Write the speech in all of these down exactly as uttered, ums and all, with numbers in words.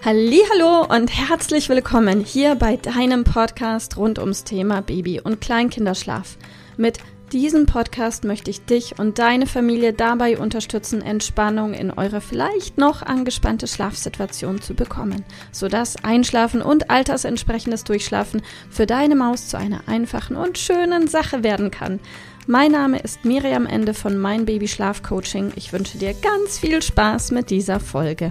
Hallihallo und herzlich willkommen hier bei deinem Podcast rund ums Thema Baby- und Kleinkinderschlaf. Mit diesem Podcast möchte ich dich und deine Familie dabei unterstützen, Entspannung in eure vielleicht noch angespannte Schlafsituation zu bekommen, sodass Einschlafen und altersentsprechendes Durchschlafen für deine Maus zu einer einfachen und schönen Sache werden kann. Mein Name ist Miriam Ende von Mein Baby Schlaf Coaching. Ich wünsche dir ganz viel Spaß mit dieser Folge.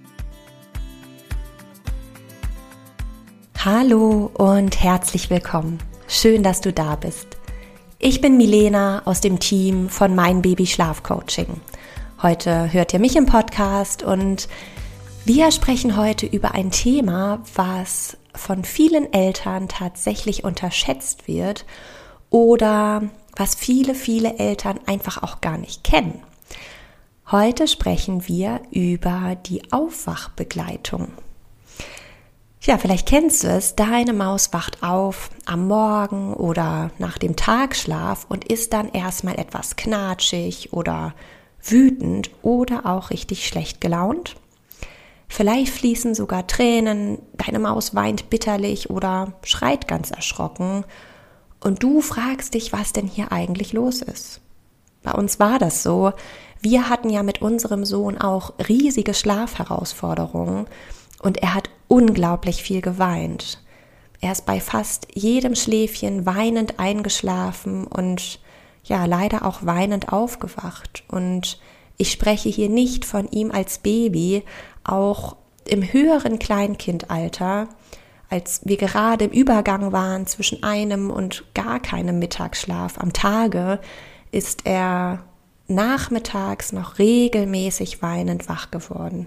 Hallo und herzlich willkommen. Schön, dass du da bist. Ich bin Milena aus dem Team von Mein Baby Schlaf Coaching. Heute hört ihr mich im Podcast und wir sprechen heute über ein Thema, was von vielen Eltern tatsächlich unterschätzt wird oder was viele, viele Eltern einfach auch gar nicht kennen. Heute sprechen wir über die Aufwachbegleitung. Ja, vielleicht kennst du es, deine Maus wacht auf am Morgen oder nach dem Tagschlaf und ist dann erstmal etwas knatschig oder wütend oder auch richtig schlecht gelaunt. Vielleicht fließen sogar Tränen, deine Maus weint bitterlich oder schreit ganz erschrocken und du fragst dich, was denn hier eigentlich los ist. Bei uns war das so, wir hatten ja mit unserem Sohn auch riesige Schlafherausforderungen. Und er hat unglaublich viel geweint. Er ist bei fast jedem Schläfchen weinend eingeschlafen und ja, leider auch weinend aufgewacht. Und ich spreche hier nicht von ihm als Baby, auch im höheren Kleinkindalter, als wir gerade im Übergang waren zwischen einem und gar keinem Mittagsschlaf am Tage, ist er nachmittags noch regelmäßig weinend wach geworden.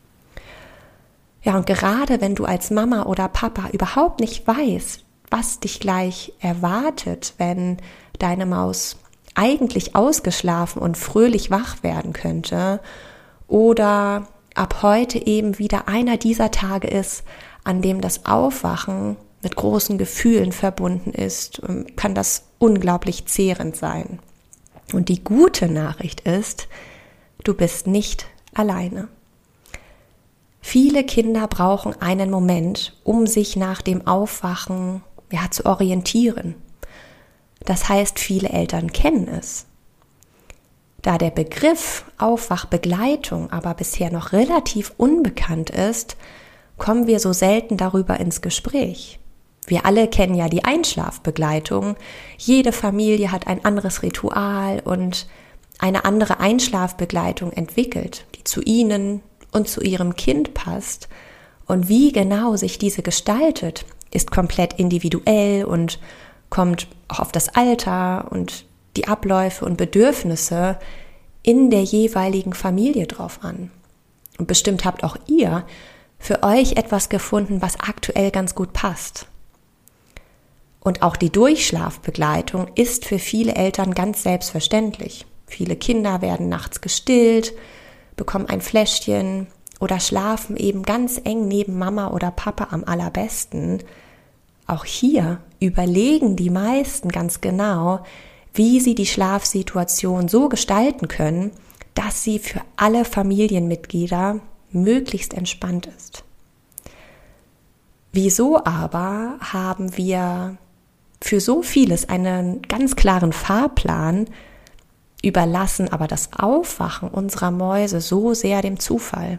Ja, und gerade wenn du als Mama oder Papa überhaupt nicht weißt, was dich gleich erwartet, wenn deine Maus eigentlich ausgeschlafen und fröhlich wach werden könnte oder ab heute eben wieder einer dieser Tage ist, an dem das Aufwachen mit großen Gefühlen verbunden ist, kann das unglaublich zehrend sein. Und die gute Nachricht ist, du bist nicht alleine. Viele Kinder brauchen einen Moment, um sich nach dem Aufwachen ja, zu orientieren. Das heißt, viele Eltern kennen es. Da der Begriff Aufwachbegleitung aber bisher noch relativ unbekannt ist, kommen wir so selten darüber ins Gespräch. Wir alle kennen ja die Einschlafbegleitung. Jede Familie hat ein anderes Ritual und eine andere Einschlafbegleitung entwickelt, die zu ihnen und zu ihrem Kind passt. Und wie genau sich diese gestaltet, ist komplett individuell und kommt auch auf das Alter und die Abläufe und Bedürfnisse in der jeweiligen Familie drauf an. Und bestimmt habt auch ihr für euch etwas gefunden, was aktuell ganz gut passt. Und auch die Durchschlafbegleitung ist für viele Eltern ganz selbstverständlich. Viele Kinder werden nachts gestillt, bekommen ein Fläschchen oder schlafen eben ganz eng neben Mama oder Papa am allerbesten. Auch hier überlegen die meisten ganz genau, wie sie die Schlafsituation so gestalten können, dass sie für alle Familienmitglieder möglichst entspannt ist. Wieso aber haben wir für so vieles einen ganz klaren Fahrplan, überlassen aber das Aufwachen unserer Mäuse so sehr dem Zufall?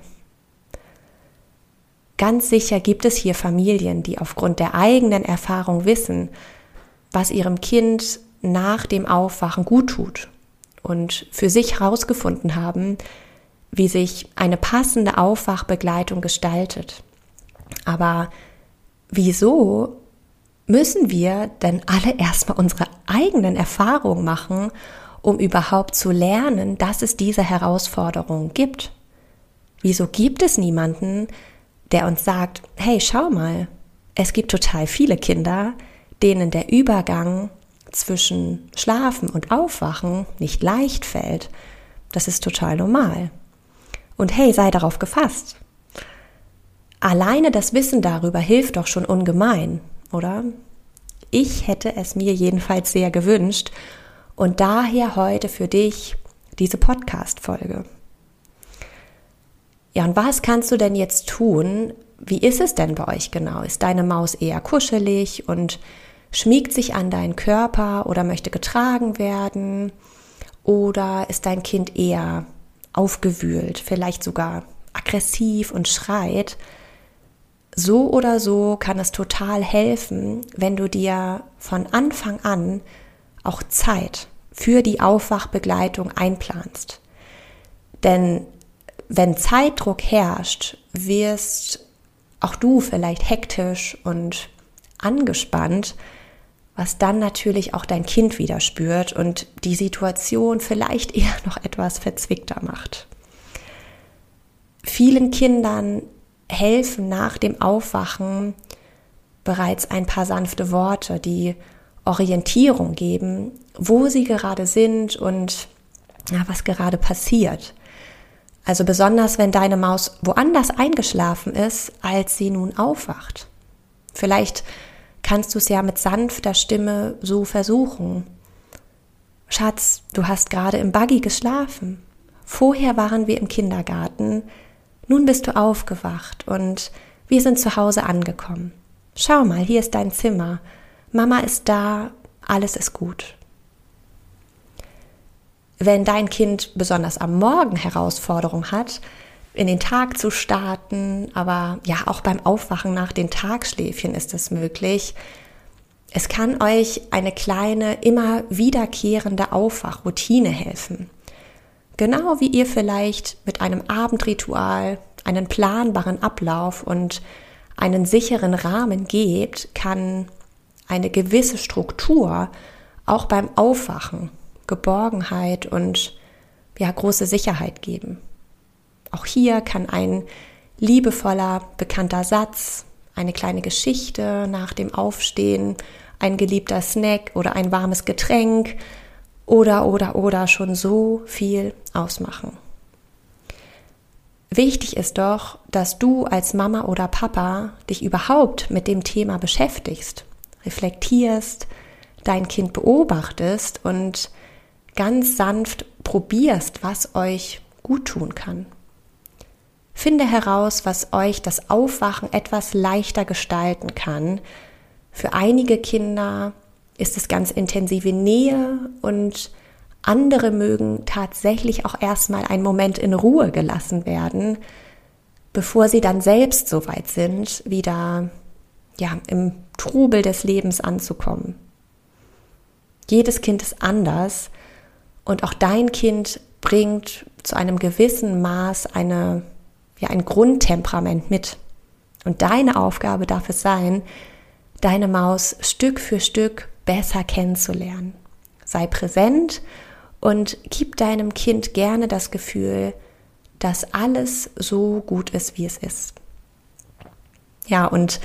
Ganz sicher gibt es hier Familien, die aufgrund der eigenen Erfahrung wissen, was ihrem Kind nach dem Aufwachen gut tut und für sich herausgefunden haben, wie sich eine passende Aufwachbegleitung gestaltet. Aber wieso müssen wir denn alle erstmal unsere eigenen Erfahrungen machen, um überhaupt zu lernen, dass es diese Herausforderungen gibt? Wieso gibt es niemanden, der uns sagt, hey, schau mal, es gibt total viele Kinder, denen der Übergang zwischen Schlafen und Aufwachen nicht leicht fällt. Das ist total normal. Und hey, sei darauf gefasst. Alleine das Wissen darüber hilft doch schon ungemein, oder? Ich hätte es mir jedenfalls sehr gewünscht und daher heute für dich diese Podcast-Folge. Ja, und was kannst du denn jetzt tun, wie ist es denn bei euch genau? Ist deine Maus eher kuschelig und schmiegt sich an deinen Körper oder möchte getragen werden? Oder ist dein Kind eher aufgewühlt, vielleicht sogar aggressiv und schreit? So oder so kann es total helfen, wenn du dir von Anfang an auch Zeit für die Aufwachbegleitung einplanst. Denn wenn Zeitdruck herrscht, wirst auch du vielleicht hektisch und angespannt, was dann natürlich auch dein Kind wieder spürt und die Situation vielleicht eher noch etwas verzwickter macht. Vielen Kindern helfen nach dem Aufwachen bereits ein paar sanfte Worte, die Orientierung geben, wo sie gerade sind und ja, was gerade passiert. Also besonders, wenn deine Maus woanders eingeschlafen ist, als sie nun aufwacht. Vielleicht kannst du es ja mit sanfter Stimme so versuchen. Schatz, du hast gerade im Buggy geschlafen. Vorher waren wir im Kindergarten. Nun bist du aufgewacht und wir sind zu Hause angekommen. Schau mal, hier ist dein Zimmer. Mama ist da, alles ist gut. Wenn dein Kind besonders am Morgen Herausforderung hat, in den Tag zu starten, aber ja, auch beim Aufwachen nach den Tagschläfchen ist es möglich. Es kann euch eine kleine, immer wiederkehrende Aufwachroutine helfen. Genau wie ihr vielleicht mit einem Abendritual einen planbaren Ablauf und einen sicheren Rahmen gebt, kann eine gewisse Struktur auch beim Aufwachen Geborgenheit und ja, große Sicherheit geben. Auch hier kann ein liebevoller, bekannter Satz, eine kleine Geschichte nach dem Aufstehen, ein geliebter Snack oder ein warmes Getränk oder, oder, oder schon so viel ausmachen. Wichtig ist doch, dass du als Mama oder Papa dich überhaupt mit dem Thema beschäftigst, reflektierst, dein Kind beobachtest und ganz sanft probierst, was euch gut tun kann. Finde heraus, was euch das Aufwachen etwas leichter gestalten kann. Für einige Kinder ist es ganz intensive Nähe und andere mögen tatsächlich auch erstmal einen Moment in Ruhe gelassen werden, bevor sie dann selbst so weit sind, wieder ja, im Trubel des Lebens anzukommen. Jedes Kind ist anders und auch dein Kind bringt zu einem gewissen Maß eine, ja, ein Grundtemperament mit. Und deine Aufgabe darf es sein, deine Maus Stück für Stück besser kennenzulernen. Sei präsent und gib deinem Kind gerne das Gefühl, dass alles so gut ist, wie es ist. Ja, und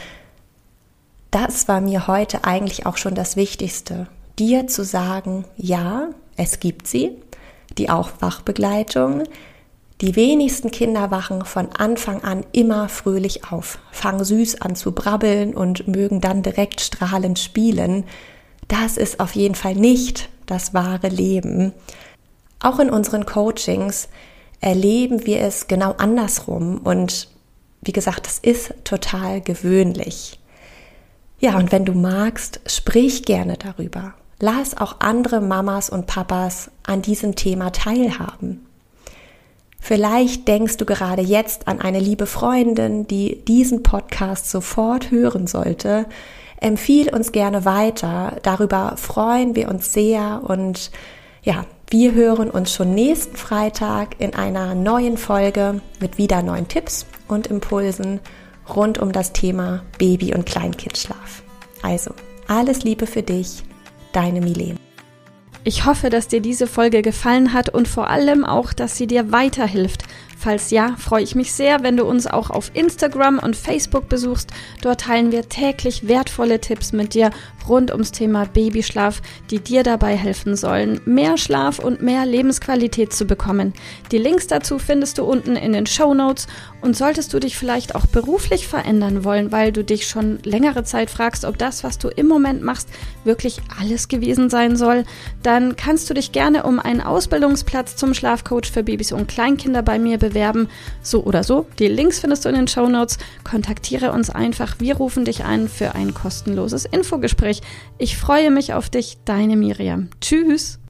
das war mir heute eigentlich auch schon das Wichtigste, dir zu sagen, ja, es gibt sie, die Aufwachbegleitung. Die wenigsten Kinder wachen von Anfang an immer fröhlich auf, fangen süß an zu brabbeln und mögen dann direkt strahlend spielen. Das ist auf jeden Fall nicht das wahre Leben. Auch in unseren Coachings erleben wir es genau andersrum und wie gesagt, das ist total gewöhnlich. Ja, und wenn du magst, sprich gerne darüber. Lass auch andere Mamas und Papas an diesem Thema teilhaben. Vielleicht denkst du gerade jetzt an eine liebe Freundin, die diesen Podcast sofort hören sollte. Empfiehl uns gerne weiter. Darüber freuen wir uns sehr. Und ja, wir hören uns schon nächsten Freitag in einer neuen Folge mit wieder neuen Tipps und Impulsen rund um das Thema Baby- und Kleinkindschlaf. Also, alles Liebe für dich, deine Milene. Ich hoffe, dass dir diese Folge gefallen hat und vor allem auch, dass sie dir weiterhilft. Falls ja, freue ich mich sehr, wenn du uns auch auf Instagram und Facebook besuchst. Dort teilen wir täglich wertvolle Tipps mit dir rund ums Thema Babyschlaf, die dir dabei helfen sollen, mehr Schlaf und mehr Lebensqualität zu bekommen. Die Links dazu findest du unten in den Shownotes. Und solltest du dich vielleicht auch beruflich verändern wollen, weil du dich schon längere Zeit fragst, ob das, was du im Moment machst, wirklich alles gewesen sein soll, dann kannst du dich gerne um einen Ausbildungsplatz zum Schlafcoach für Babys und Kleinkinder bei mir bewerben. bewerben. So oder so, die Links findest du in den Shownotes. Kontaktiere uns einfach, wir rufen dich ein für ein kostenloses Infogespräch. Ich freue mich auf dich, deine Miriam. Tschüss!